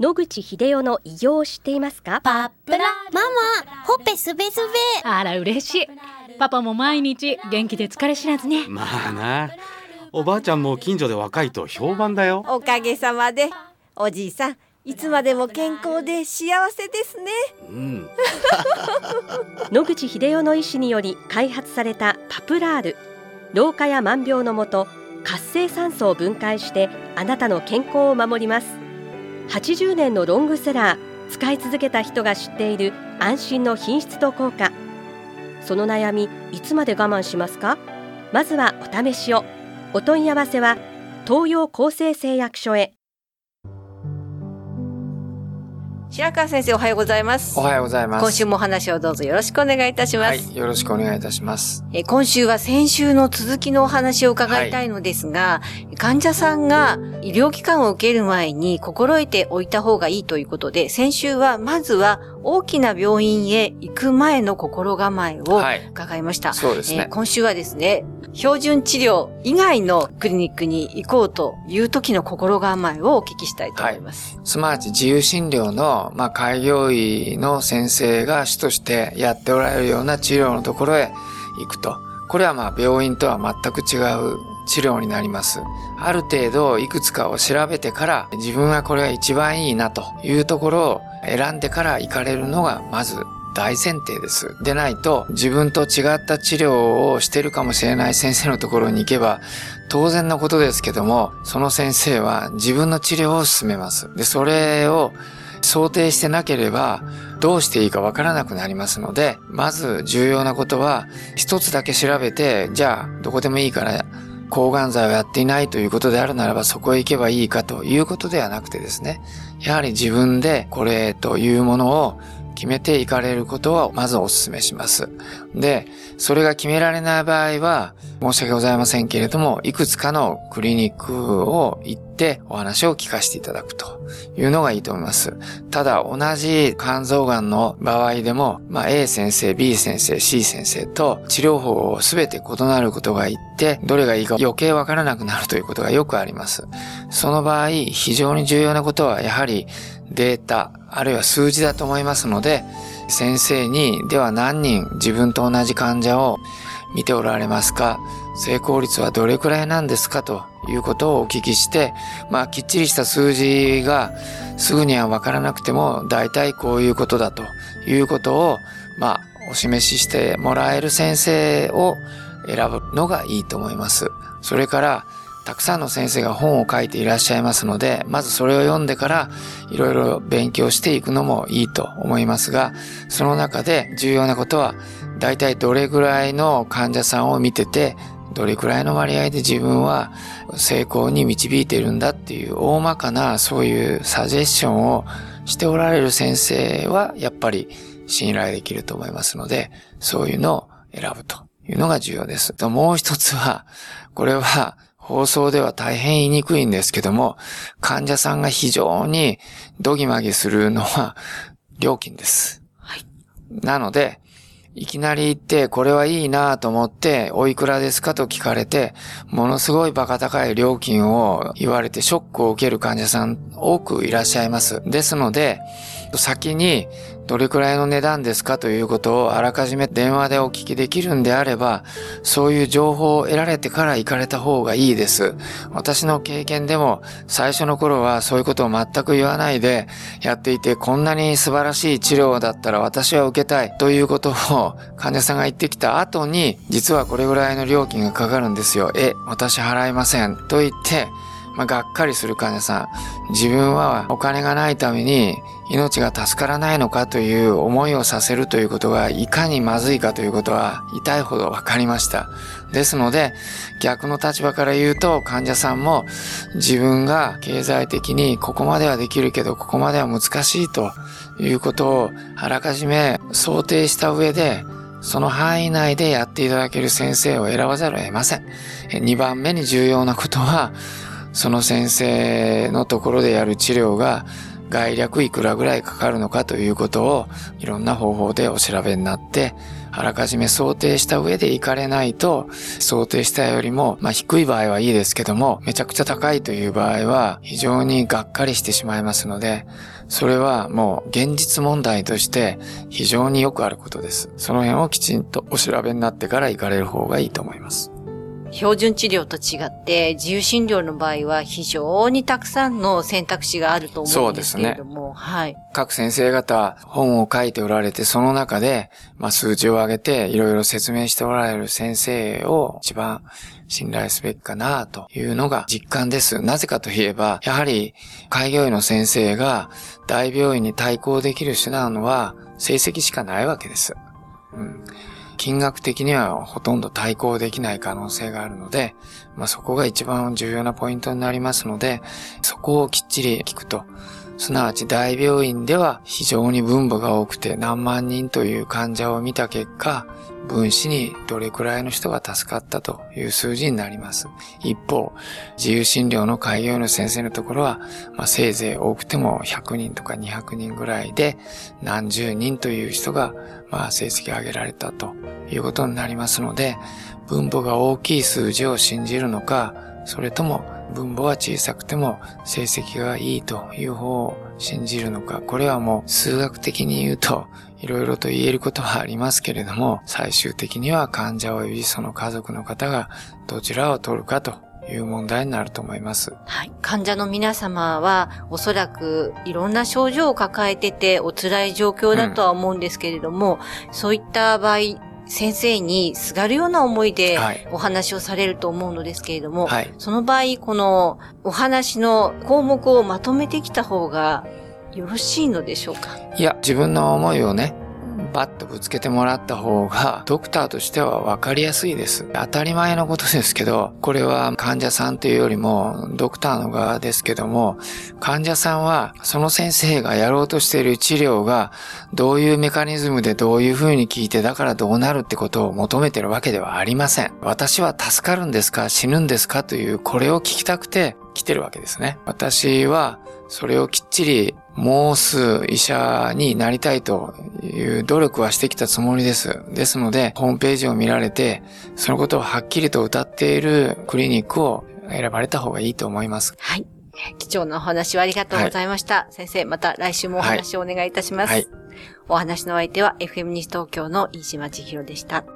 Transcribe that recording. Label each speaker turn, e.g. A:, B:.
A: 野口英世の偉業を知っていますか？
B: パプラママ、ほっぺすべすべ。
C: あら嬉しい。パパも毎日元気で疲れ知らずね。
D: まあな、おばあちゃんも近所で若いと評判だよ。
E: おかげさまで。おじいさん、いつまでも健康で幸せですね。
A: 野口英世の医師により開発されたパプラール。老化や万病のもと、活性酸素を分解してあなたの健康を守ります。80年のロングセラー、使い続けた人が知っている安心の品質と効果。その悩み、いつまで我慢しますか？まずはお試しを。お問い合わせは東洋厚生製薬所へ。
E: 白川先生、おはようございます。
F: おはようございます。
E: 今週もお話をどうぞよろしくお願いいたします。
F: はい、よろしくお願いいたします。
E: 今週は先週の続きのお話を伺いたいのですが、患者さんが医療機関を受ける前に心得ておいた方がいいということで、先週はまずは大きな病院へ行く前の心構えを伺いました。
F: そうですね。
E: 今週はですね、標準治療以外のクリニックに行こうという時の心構えをお聞きしたいと思います。
F: すなわち自由診療の、開業医の先生が主としてやっておられるような治療のところへ行くと。これは病院とは全く違う治療になります。ある程度いくつかを調べてから自分はこれが一番いいなというところを選んでから行かれるのがまず大前提です。でないと自分と違った治療をしているかもしれない先生のところに行けば当然のことですけども、その先生は自分の治療を進めます。で、それを想定してなければどうしていいかわからなくなりますので、まず重要なことは一つだけ調べて、じゃあどこでもいいから抗がん剤をやっていないということであるならばそこへ行けばいいかということではなくてですね、やはり自分でこれというものを決めていかれることはまずお勧めします。で、それが決められない場合は申し訳ございませんけれども、いくつかのクリニックを行ってお話を聞かせていただくというのがいいと思います。ただ同じ肝臓がんの場合でも、A 先生、B 先生、C 先生と治療法をすべて異なることが言って、どれがいいか余計わからなくなるということがよくあります。その場合、非常に重要なことはやはりデータ、あるいは数字だと思いますので、先生にでは何人自分と同じ患者を見ておられますか、成功率はどれくらいなんですかということをお聞きして、きっちりした数字がすぐにはわからなくても、だいたいこういうことだということを、お示ししてもらえる先生を選ぶのがいいと思います。それから、たくさんの先生が本を書いていらっしゃいますので、まずそれを読んでからいろいろ勉強していくのもいいと思いますが、その中で重要なことは、だいたいどれぐらいの患者さんを見てて、どれくらいの割合で自分は成功に導いているんだっていう大まかなそういうサジェッションをしておられる先生はやっぱり信頼できると思いますので、そういうのを選ぶというのが重要です。もう一つは、これは放送では大変言いにくいんですけども、患者さんが非常にドギマギするのは料金です。はい。なので、いきなり行ってこれはいいなと思っておいくらですかと聞かれて、ものすごいバカ高い料金を言われてショックを受ける患者さん多くいらっしゃいます。ですので、先にどれくらいの値段ですかということをあらかじめ電話でお聞きできるんであれば、そういう情報を得られてから行かれた方がいいです。私の経験でも最初の頃はそういうことを全く言わないでやっていて、こんなに素晴らしい治療だったら私は受けたいということを患者さんが言ってきた後に、実はこれぐらいの料金がかかるんですよ。私払いませんと言って、がっかりする患者さん、自分はお金がないために命が助からないのかという思いをさせるということがいかにまずいかということは痛いほどわかりました。ですので、逆の立場から言うと、患者さんも自分が経済的にここまではできるけどここまでは難しいということをあらかじめ想定した上で、その範囲内でやっていただける先生を選ばざるを得ません。2番目に重要なことは、その先生のところでやる治療が概略いくらぐらいかかるのかということをいろんな方法でお調べになって、あらかじめ想定した上で行かれないと、想定したよりも、低い場合はいいですけども、めちゃくちゃ高いという場合は非常にがっかりしてしまいますので、それはもう現実問題として非常によくあることです。その辺をきちんとお調べになってから行かれる方がいいと思います。
E: 標準治療と違って自由診療の場合は非常にたくさんの選択肢があると思うんですけれども、はい。
F: 各先生方本を書いておられて、その中で数字を上げていろいろ説明しておられる先生を一番信頼すべきかなというのが実感です。なぜかといえば、やはり開業医の先生が大病院に対抗できる手段は成績しかないわけです。金額的にはほとんど対抗できない可能性があるので、そこが一番重要なポイントになりますので、そこをきっちり聞くと。すなわち大病院では非常に分母が多くて何万人という患者を見た結果、分子にどれくらいの人が助かったという数字になります。一方、自由診療の開業医の先生のところは、せいぜい多くても100人とか200人ぐらいで何十人という人が成績を上げられたということになりますので、分母が大きい数字を信じるのか、それとも分母は小さくても成績がいいという方を信じるのか、これはもう数学的に言うといろいろと言えることはありますけれども、最終的には患者及びその家族の方がどちらを取るかという問題になると思います。
E: はい。患者の皆様はおそらくいろんな症状を抱えててお辛い状況だとは思うんですけれども、そういった場合、先生にすがるような思いでお話をされると思うのですけれども、その場合、このお話の項目をまとめてきた方がよろしいのでしょうか？
F: いや、自分の思いをね、バッとぶつけてもらった方がドクターとしては分かりやすいです。当たり前のことですけど、これは患者さんというよりもドクターの側ですけども、患者さんはその先生がやろうとしている治療がどういうメカニズムでどういう風に効いて、だからどうなるってことを求めてるわけではありません。私は助かるんですか死ぬんですかというこれを聞きたくて来てるわけですね。私はそれをきっちり申す医者になりたいという努力はしてきたつもりです。ですので、ホームページを見られて、そのことをはっきりと謳っているクリニックを選ばれた方がいいと思います。
E: はい。貴重なお話をありがとうございました。先生、また来週もお話をお願いいたします。お話の相手は FM 西東京の飯島千尋でした。